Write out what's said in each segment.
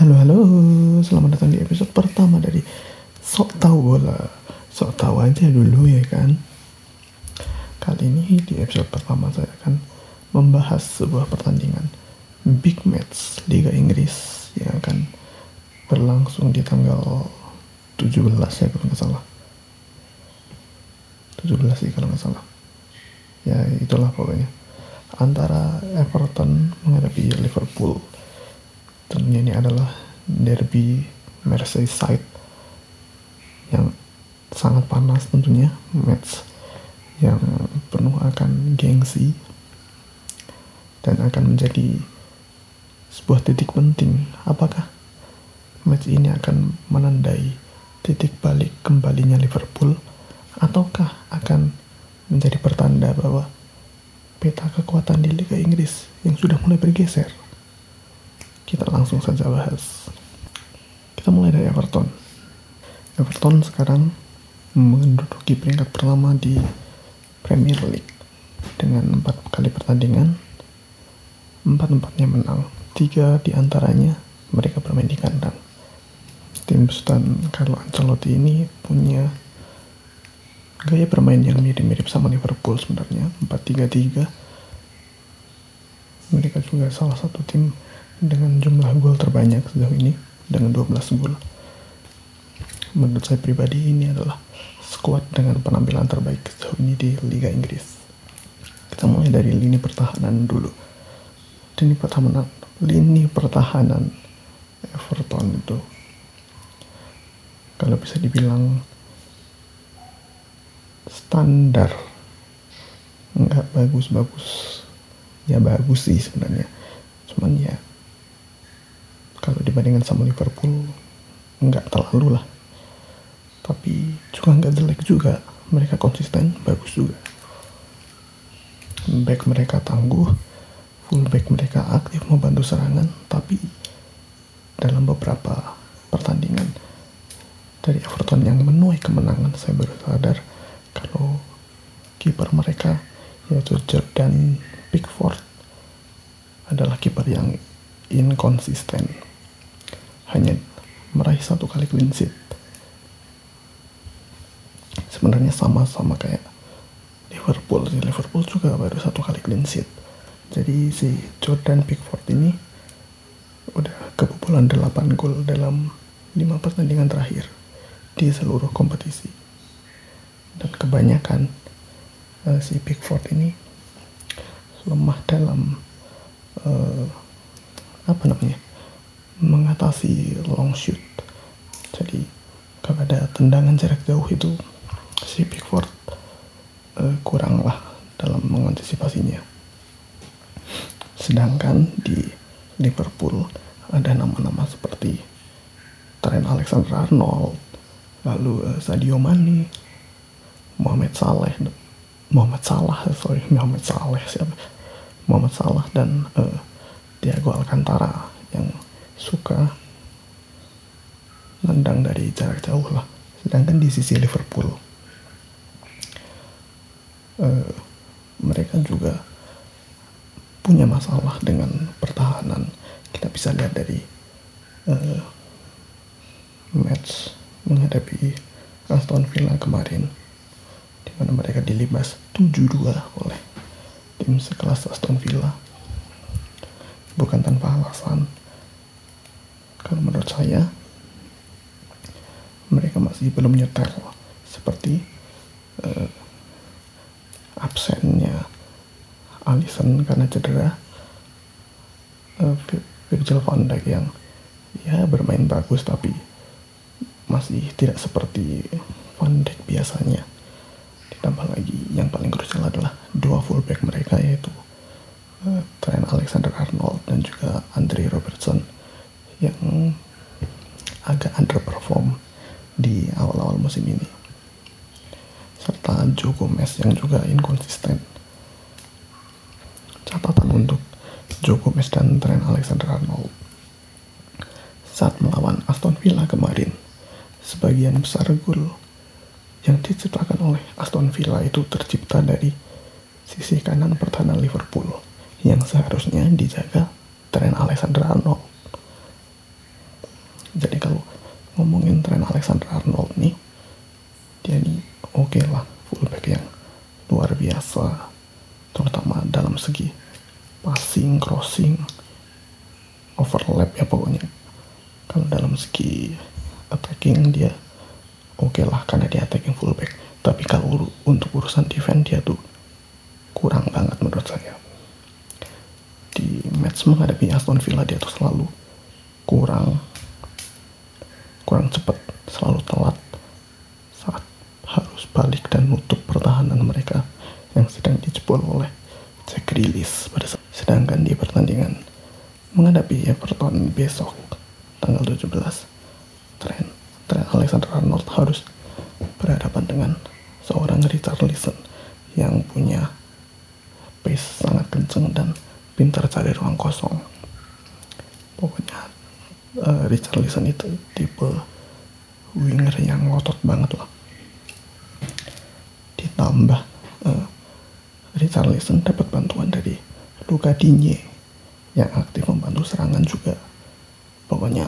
Halo, selamat datang di episode pertama dari Sok Tahu Bola. Sok tahu aja dulu ya kan. Kali ini di episode pertama saya akan membahas sebuah pertandingan big match Liga Inggris yang akan berlangsung di tanggal 17 ya kalau nggak salah. 17 sih kalau nggak salah. Ya itulah pokoknya. Antara Everton menghadapi Liverpool. Tentunya ini adalah derby Merseyside yang sangat panas tentunya, match yang penuh akan gengsi dan akan menjadi sebuah titik penting. Apakah match ini akan menandai titik balik kembalinya Liverpool ataukah akan menjadi pertanda bahwa peta kekuatan di Liga Inggris yang sudah mulai bergeser? Kita langsung saja bahas. Kita mulai dari Everton. Everton sekarang menduduki peringkat pertama di Premier League dengan 4 kali pertandingan, 4-4-nya menang. 3 diantaranya mereka bermain di kandang. Tim besutan Carlo Ancelotti ini punya gaya bermain yang mirip-mirip sama Liverpool sebenarnya, 4-3-3. Mereka juga salah satu tim dengan jumlah gol terbanyak sejauh ini dengan 12 gol. Menurut saya pribadi ini adalah skuad dengan penampilan terbaik sejauh ini di Liga Inggris. Kita mulai dari lini pertahanan dulu. Lini pertahanan Everton itu kalau bisa dibilang standar, nggak bagus-bagus, ya bagus sih sebenarnya, cuman ya kalau dibandingkan sama Liverpool nggak terlalu lah, tapi juga nggak jelek juga. Mereka konsisten, bagus juga. Back mereka tangguh, fullback mereka aktif membantu serangan, tapi dalam beberapa pertandingan dari Everton yang menuai kemenangan, saya baru sadar kalau kiper mereka yaitu Jordan Pickford adalah kiper yang inkonsisten, hanya meraih 1 kali clean sheet. Sebenarnya sama kayak Liverpool juga baru 1 kali clean sheet. Jadi si Jordan Pickford ini udah kebobolan 8 gol dalam 5 pertandingan terakhir di seluruh kompetisi. Dan kebanyakan si Pickford ini lemah dalam mengatasi long shoot. Jadi kalau ada tendangan jarak jauh itu si Pickford kurang lah dalam mengantisipasinya. Sedangkan di Liverpool ada nama-nama seperti Trent Alexander-Arnold, lalu Sadio Mane, Mohamed Salah dan Thiago Alcantara yang suka nendang dari jarak jauh lah. Sedangkan di sisi Liverpool mereka juga punya masalah dengan pertahanan. Kita bisa lihat dari match menghadapi Aston Villa kemarin, di mana mereka dilibas 7-2 oleh tim sekelas Aston Villa. Bukan tanpa alasan. Kalau menurut saya mereka masih belum nyetel, seperti absennya Alisson karena cedera, Virgil van Dijk yang ya bermain bagus tapi masih tidak seperti Van Dijk biasanya. Ditambah lagi yang paling krusial adalah 2 fullback mereka, yaitu Trent Alexander-Arnold dan juga Andre Robertson yang agak underperform di awal-awal musim ini, serta Joe Gomez yang juga inkonsisten. Catatan untuk Joe Gomez dan Trent Alexander-Arnold saat melawan Aston Villa kemarin, sebagian besar gol yang diciptakan oleh Aston Villa itu tercipta dari sisi kanan pertahanan Liverpool yang seharusnya dijaga Trent Alexander-Arnold. Alexander Arnold nih, dia nih oke lah, fullback yang luar biasa, terutama dalam segi passing, crossing, overlap ya pokoknya. Kalau dalam segi attacking dia oke lah karena dia attacking fullback. Tapi kalau untuk urusan defense dia tuh kurang banget menurut saya. Di match menghadapi Aston Villa dia tuh selalu kurang cepat, selalu telat saat harus balik dan nutup pertahanan mereka yang sedang dijebol oleh Jack Grealish pada saat. Sedangkan di pertandingan menghadapi Everton besok tanggal 17, Trent Alexander-Arnold harus berhadapan dengan seorang Richarlison yang punya pace sangat kenceng dan pintar cari ruang kosong. Pokoknya Richarlison itu tipe winger yang ngotot banget lah. Ditambah Richarlison dapat bantuan dari Luca Digne yang aktif membantu serangan juga. Pokoknya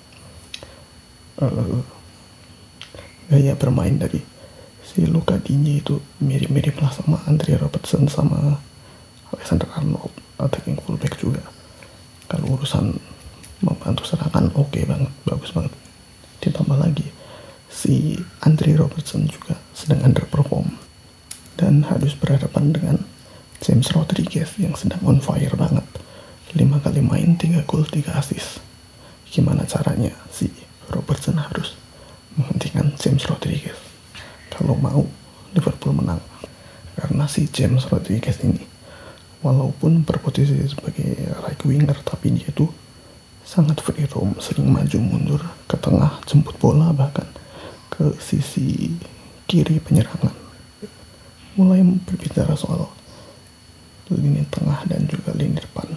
gaya bermain dari si Luca Digne itu mirip-mirip lah sama Andre Robertson sama Alexander Arnold, attacking fullback juga. Kalau urusan membantu serangan oke banget, bagus banget. Ditambah lagi si Andre Robertson juga sedang underperform dan harus berhadapan dengan James Rodriguez yang sedang on fire banget. 5 kali main 3 gol 3 assist. Gimana caranya si Robertson harus menghentikan James Rodriguez kalau mau Liverpool menang? Karena si James Rodriguez ini walaupun berposisi sebagai right winger, tapi dia tuh sangat free roam, sering maju mundur ke tengah, jemput bola bahkan ke sisi kiri penyerangan. Mulai berbicara soal lini tengah dan juga lini depan.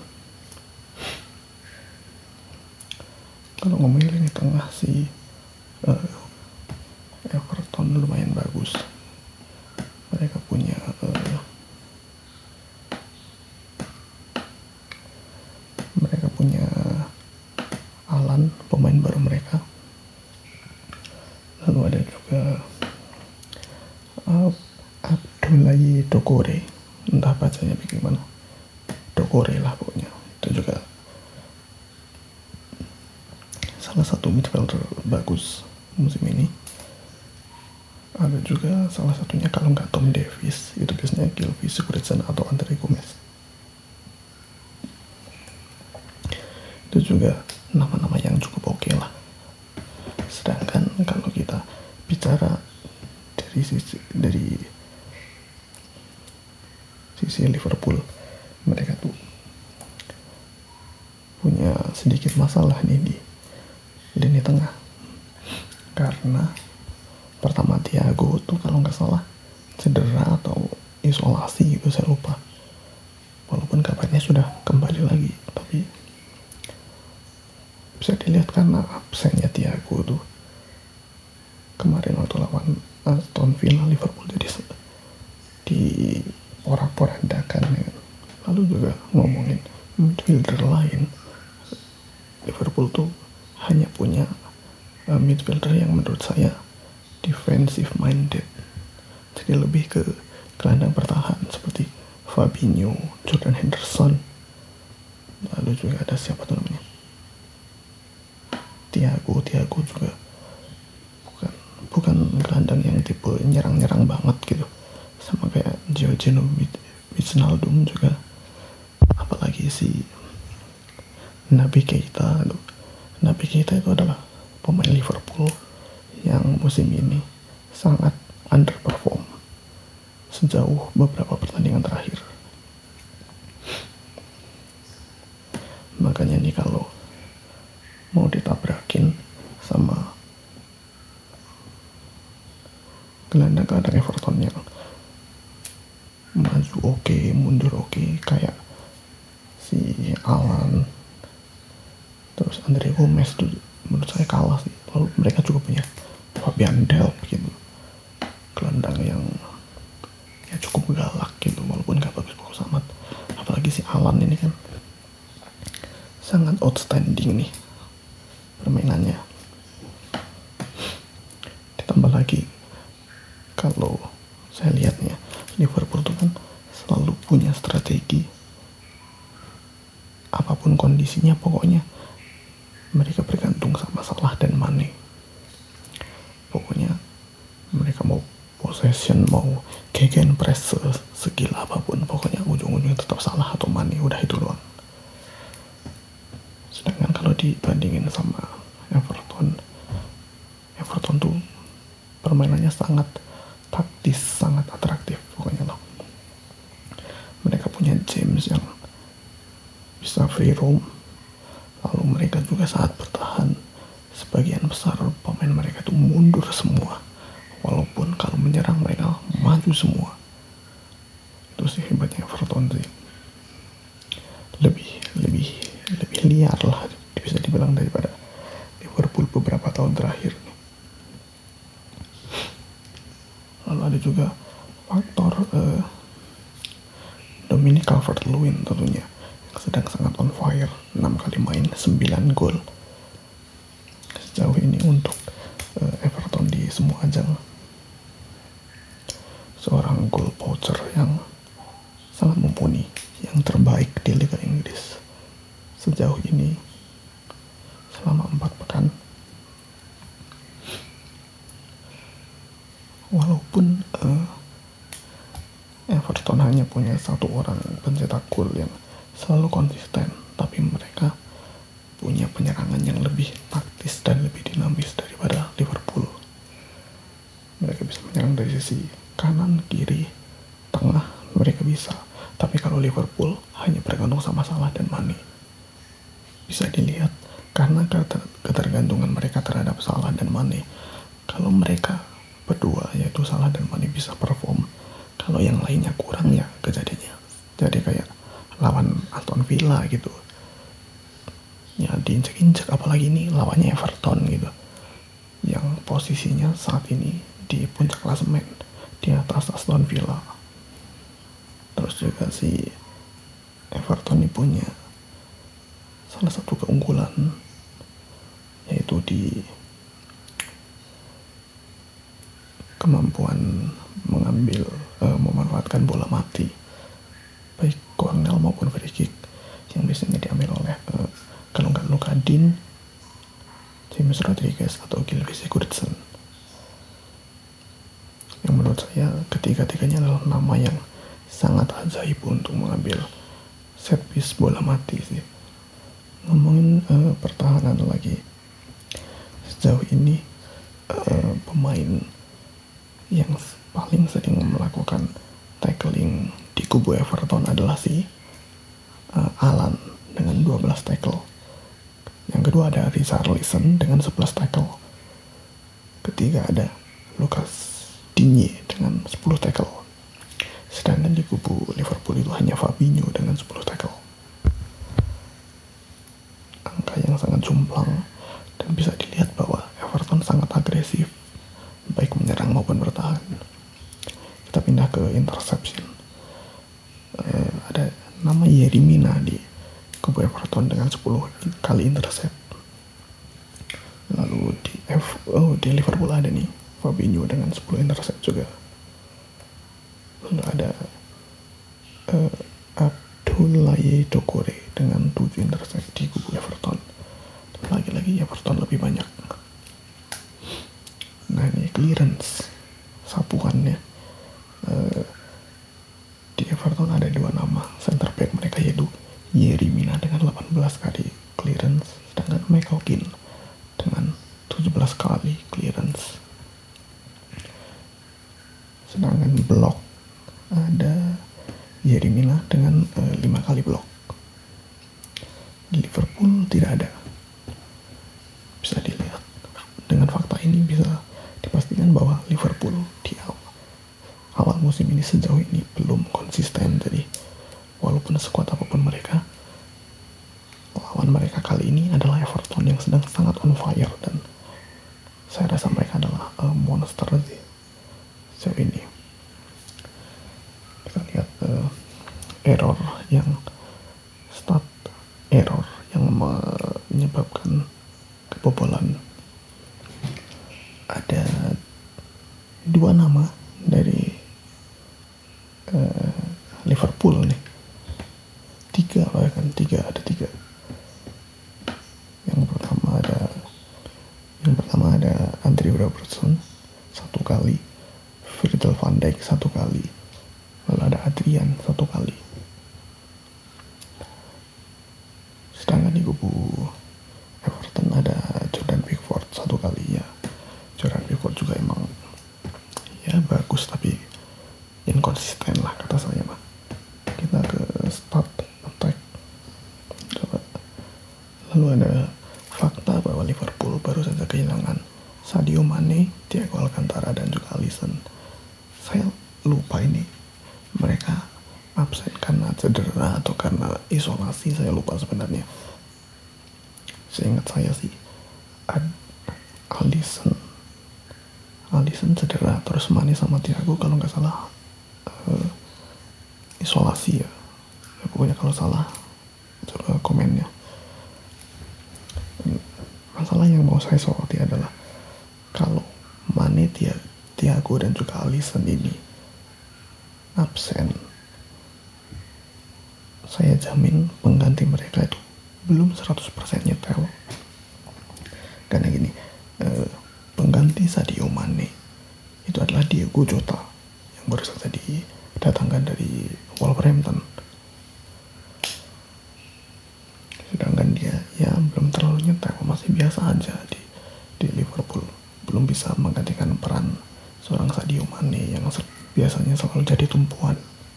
Kalau ngomongin lini tengah si Everton lumayan bagus. Mereka punya Alan, pemain baru mereka. Lalu ada juga Abdoulaye Doucouré, entah bacanya bagaimana, Doucouré lah pokoknya. Itu juga salah satu midfielder bagus musim ini. Ada juga salah satunya kalau nggak Tom Davies, itu biasanya Gylfi Sigurdsson atau Andre Gomes. Itu juga nama-nama yang cukup oke lah. Sedangkan kalau kita bicara dari sisi Liverpool, mereka tuh punya sedikit masalah nih di lini tengah. Karena pertama Thiago tuh kalau nggak salah cedera atau isolasi gitu, saya lupa. Walaupun kabarnya sudah kembali lagi, tapi bisa dilihat karena absennya Thiago tuh kemarin waktu lawan Aston Villa, Liverpool jadi di porak-porandakan ya. Lalu juga ngomongin midfielder lain, Liverpool tuh hanya punya midfielder yang menurut saya defensive minded, jadi lebih ke gelandang bertahan seperti Fabinho, Jordan Henderson. Lalu juga ada siapa tuh namanya, Thiago juga bukan gelandang yang tipe nyerang banget gitu, sama kayak Giorgino Wijnaldum juga. Apalagi si Naby Keita itu adalah pemain Liverpool yang musim ini sangat underperform sejauh beberapa pertandingan terakhir. Makanya nih kalau mau ditabrakin sama gelandang-gelandang Everton yang maju oke, mundur oke, kayak si Alan, terus Andre Gomes tuh menurut saya kalah sih. Lalu mereka juga punya Fabian Delph gitu, gelandang yang ya cukup galak gitu, walaupun gak bagus-bagus amat. Apalagi si Alan ini kan sangat outstanding nih permainannya. punya strategi. Apapun kondisinya, pokoknya mereka bergantung sama Salah dan Mane. Pokoknya mereka mau possession, mau gegenpress segila apapun, pokoknya ujung-ujungnya tetap Salah atau Mane, udah itu doang. Sedangkan kalau dibandingin sama Everton tuh permainannya sangat taktis, sangat atraktif pokoknya loh. Mereka punya James yang bisa free roam, lalu mereka juga saat bertahan sebagian besar pemain mereka tuh mundur semua, walaupun kalau menyerang mereka maju semua. Itu sih hebatnya Everton sih. Lebih liar lah bisa dibilang daripada Liverpool beberapa tahun terakhir. Lalu ada juga faktor Dominic Calvert-Lewin tentunya, yang sedang sangat on fire. 6 kali main 9 gol sejauh ini untuk Everton di semua ajang. Seorang goal poacher yang sangat mumpuni, yang terbaik di Liga Inggris sejauh ini selama 4 pekan. Walaupun Everton hanya punya satu orang pencetak gol yang selalu konsisten, tapi mereka punya penyerangan yang lebih taktis dan lebih dinamis daripada Liverpool. Mereka bisa menyerang dari sisi kanan, kiri, tengah, mereka bisa. Tapi kalau Liverpool hanya bergantung sama Salah dan Mane. Bisa dilihat karena ketergantungan mereka terhadap Salah dan Mane. Kalau mereka berdua, yaitu Salah dan Mane, bisa perform, kalau yang lainnya kurang, ya kejadiannya jadi kayak lawan Aston Villa gitu, ya diinjek-injek. Apalagi ini lawannya Everton gitu, yang posisinya saat ini di puncak klasemen di atas Aston Villa. Terus juga si Everton ini punya salah satu keunggulan, yaitu di kemampuan memanfaatkan bola mati, baik corner maupun free kick, yang biasanya diambil oleh kalau nggak Luka Digne, James Rodriguez atau Gylfi Sigurdsson. Yang menurut saya ketiga-tiganya adalah nama yang sangat ajaib untuk mengambil set piece bola mati sih. Ngomongin pertahanan lagi, sejauh ini pemain yang paling sering melakukan tackling di kubu Everton adalah si Alan dengan 12 tackle. Yang kedua ada Richarlison dengan 11 tackle. Ketiga ada Lucas Digne dengan 10 tackle. Sedangkan di kubu Liverpool itu hanya Fabinho dengan 10 tackle. Angka yang sangat jomplang, dan bisa dilihat bahwa Everton sangat agresif baik menyerang maupun bertahan. Kita pindah ke interception. Ada nama Yerry Mina di kubu Everton dengan 10 kali intercept. Lalu di Liverpool ada nih Fabinho dengan 10 intercept juga. Lalu ada Abdoulaye Doucouré dengan 7 intercept di kubu Everton. Lagi-lagi Everton lebih banyak. Nah ini clearance, sapuannya. Di Everton ada 2 nama center back mereka, yaitu Yerry Mina dengan 18 kali clearance, sedangkan McCokin dengan 17 kali clearance. Sedangkan block ada Yerry Mina dengan 5 kali block. Di Liverpool tidak ada. Bisa dilihat dengan fakta ini, bisa dipastikan bahwa Liverpool di awal musim ini sejauh ini belum konsisten. Jadi walaupun sekuat apapun mereka, lawan mereka kali ini adalah Everton yang sedang sangat on fire, dan saya rasa mereka adalah monster sih sejauh ini. Kita lihat start error yang menyebabkan kebobolan. Ada 2 nama dari Liverpool ada Andrew Robertson 1 kali, Virgil van Dijk 1 kali, lalu ada Adrian 1 kali. Sedangkan di kubu Everton ada Jordan Pickford 1 kali ya. Jordan Pickford juga emang ya bagus tapi inkonsisten lah kata saya mah. Kita ke start attack. Lalu ada fakta bahwa Liverpool baru saja kehilangan Sadio Mane, Thiago Alcantara dan juga Alisson. Saya lupa ini mereka absen karena cedera atau karena isolasi, saya lupa sebenarnya. Seingat saya sih Alisson cedera, terus Mane sama Thiago kalau nggak salah isolasi ya. Pokoknya kalau salah coba komennya. Masalah yang mau saya soroti adalah kalau Mane, Thiago dan juga Alisson ini absen, saya jamin pengganti mereka itu belum 100% nyetel. Karena gini, pengganti Sadio Mane itu adalah Diego Jota yang baru saja didatangkan dari Wolverhampton. Sedangkan dia ya belum terlalu nyetel, masih biasa aja di Liverpool, belum bisa menggantikan peran seorang Sadio Mane yang biasanya selalu jadi tumpuan.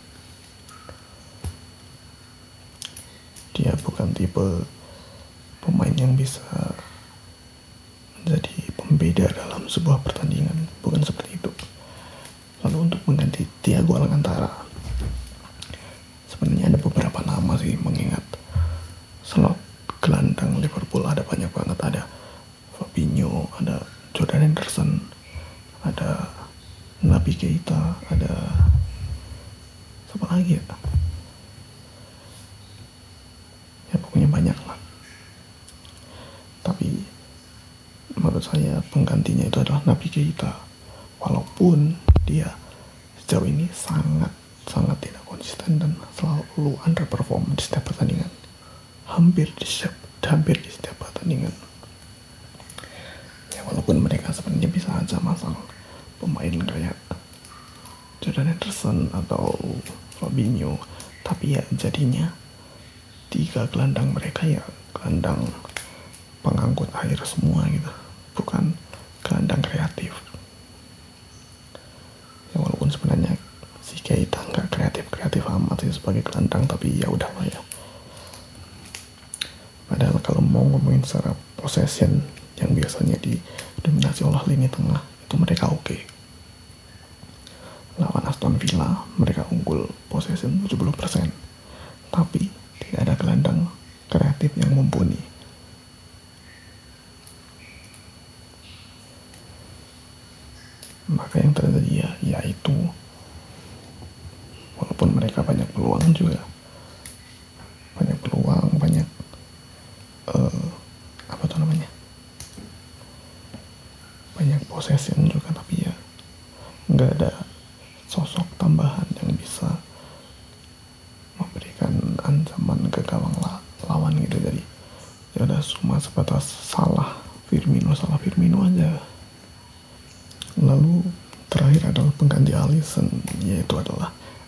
Dia bukan tipe pemain yang bisa menjadi pembeda dalam sebuah pertandingan, bukan seperti itu. Lalu untuk mengganti Thiago Alcantara, sebenarnya ada beberapa nama sih, mengingat slot gelandang Liverpool ada banyak banget. Ada Fabinho, ada Jordan Henderson, ada Naby Keita, ada siapa lagi ya? Ya pokoknya banyak lah. Tapi menurut saya penggantinya itu adalah Naby Keita. Walaupun dia sejauh ini sangat tidak konsisten dan selalu underperform di setiap pertandingan. Hampir di setiap pertandingan. Ya walaupun mereka sebenarnya bisa aja masang pemain kayak Jordan Henderson atau Fabinho, tapi ya jadinya 3 gelandang mereka ya gelandang pengangkut air semua gitu, bukan gelandang kreatif. Ya walaupun sebenarnya si Keita nggak kreatif amat sih sebagai gelandang, tapi ya udahlah ya. Padahal kalau mau ngomongin secara possession yang biasanya didominasi oleh lini tengah, itu mereka oke. Lawan Aston Villa mereka unggul possession 70%, tapi tidak ada gelandang kreatif yang mumpuni. Maka yang terjadi ya itu, walaupun mereka banyak peluang, banyak possession juga, tapi ya nggak ada sosok tambahan yang bisa memberikan ancaman ke gawang lawan gitu. Jadi ya udah cuma sebatas salah Firmino aja. Lalu terakhir adalah pengganti Alisson, yaitu adalah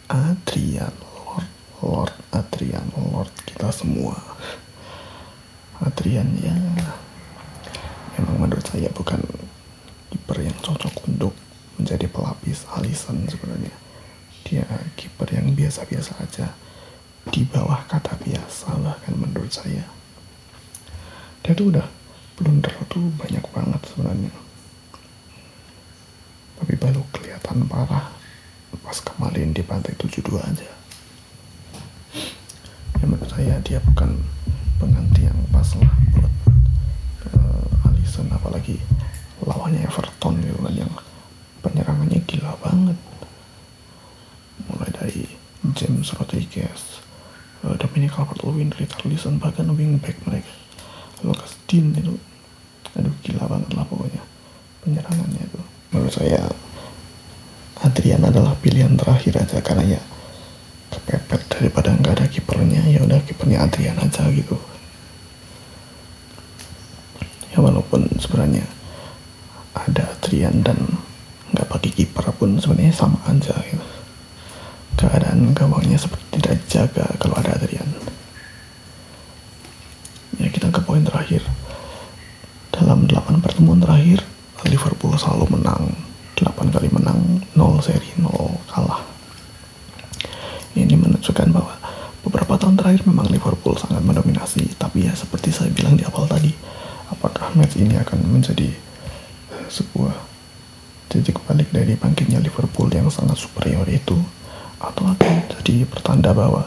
Adrian Lord kita semua. Adrian ya memang menurut saya bukan kiper yang cocok untuk menjadi pelapis Alisson sebenarnya. Dia kiper yang biasa-biasa aja, di bawah kata biasa bahkan menurut saya. Dia tuh udah blunder tuh banyak banget sebenarnya, tapi baru kelihatan parah pas kemarin di Pantai 72 aja. Ya menurut saya dia bukan pengganti yang pas lah buat Alisson, apalagi lawannya Everton gitu kan, yang penyerangannya gila banget, mulai dari James Rodriguez, Dominic Calvert-Lewin, Richarlison, bahkan wingback mereka Lucas Digne itu gila banget lah pokoknya penyerangannya itu. Menurut saya Adrian adalah pilihan terakhir aja, karena ya kepepet daripada nggak ada kipernya, ya udah kipernya Adrian aja gitu. walaupun sebenarnya ada Adrian dan nggak pakai kiper pun sebenarnya sama aja gitu. Keadaan gawangnya seperti tidak jaga kalau ada Adrian. Ya, kita ke poin terakhir. Dalam 8 pertemuan terakhir, Liverpool selalu menang. 8 kali menang, 0 seri, 0 kalah. Ini menunjukkan bahwa beberapa tahun terakhir memang Liverpool sangat mendominasi. Tapi ya seperti saya bilang di awal tadi, apakah match ini akan menjadi sebuah titik balik dari bangkitnya Liverpool yang sangat superior itu, atau akan menjadi pertanda bahwa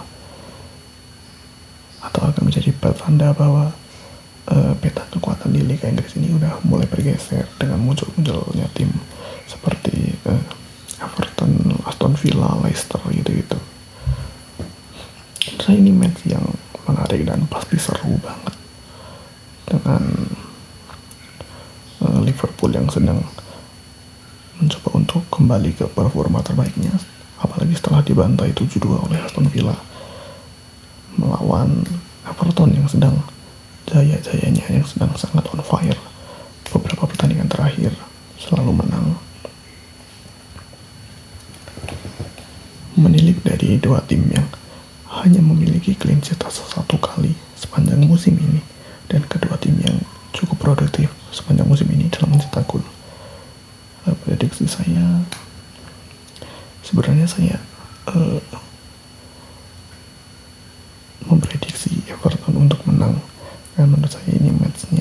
peta kekuatan di Liga Inggris ini udah mulai bergeser dengan munculnya tim seperti Everton, Aston Villa, Leicester gitu. Saya ini match yang menarik dan pasti seru banget dengan Liverpool yang sedang mencoba untuk kembali ke performa terbaiknya, apalagi setelah dibantai 7-2 oleh Aston Villa, melawan Everton yang sedang jaya-jayanya, yang sedang sangat on fire. Beberapa pertandingan terakhir selalu menang. Menilik dari dua tim yang hanya memiliki clean sheet satu kali sepanjang musim ini, dan kedua tim yang cukup produktif sepanjang musim ini dalam mencetak gol. Prediksi saya, sebenarnya saya memprediksi Everton untuk menang. Dan menurut saya ini matchnya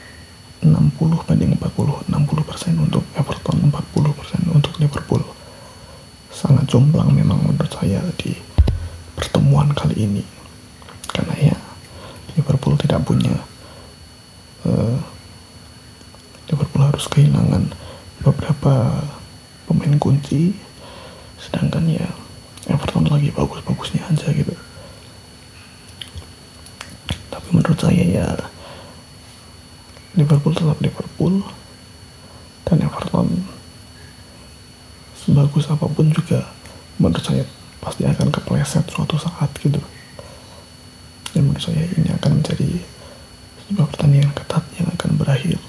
60-40, 60% untuk Everton, 40% untuk Liverpool. Sangat jomplang memang menurut saya di pertemuan kali ini, karena ya Liverpool tidak punya Liverpool harus kehilangan beberapa pemain kunci, sedangkan ya Everton lagi bagus-bagusnya aja gitu. Tapi menurut saya ya Liverpool tetap Liverpool, dan Everton sebagus apapun juga menurut saya pasti akan kepleset suatu saat gitu. Dan menurut saya ini akan menjadi sebuah pertandingan ketat yang akan berakhir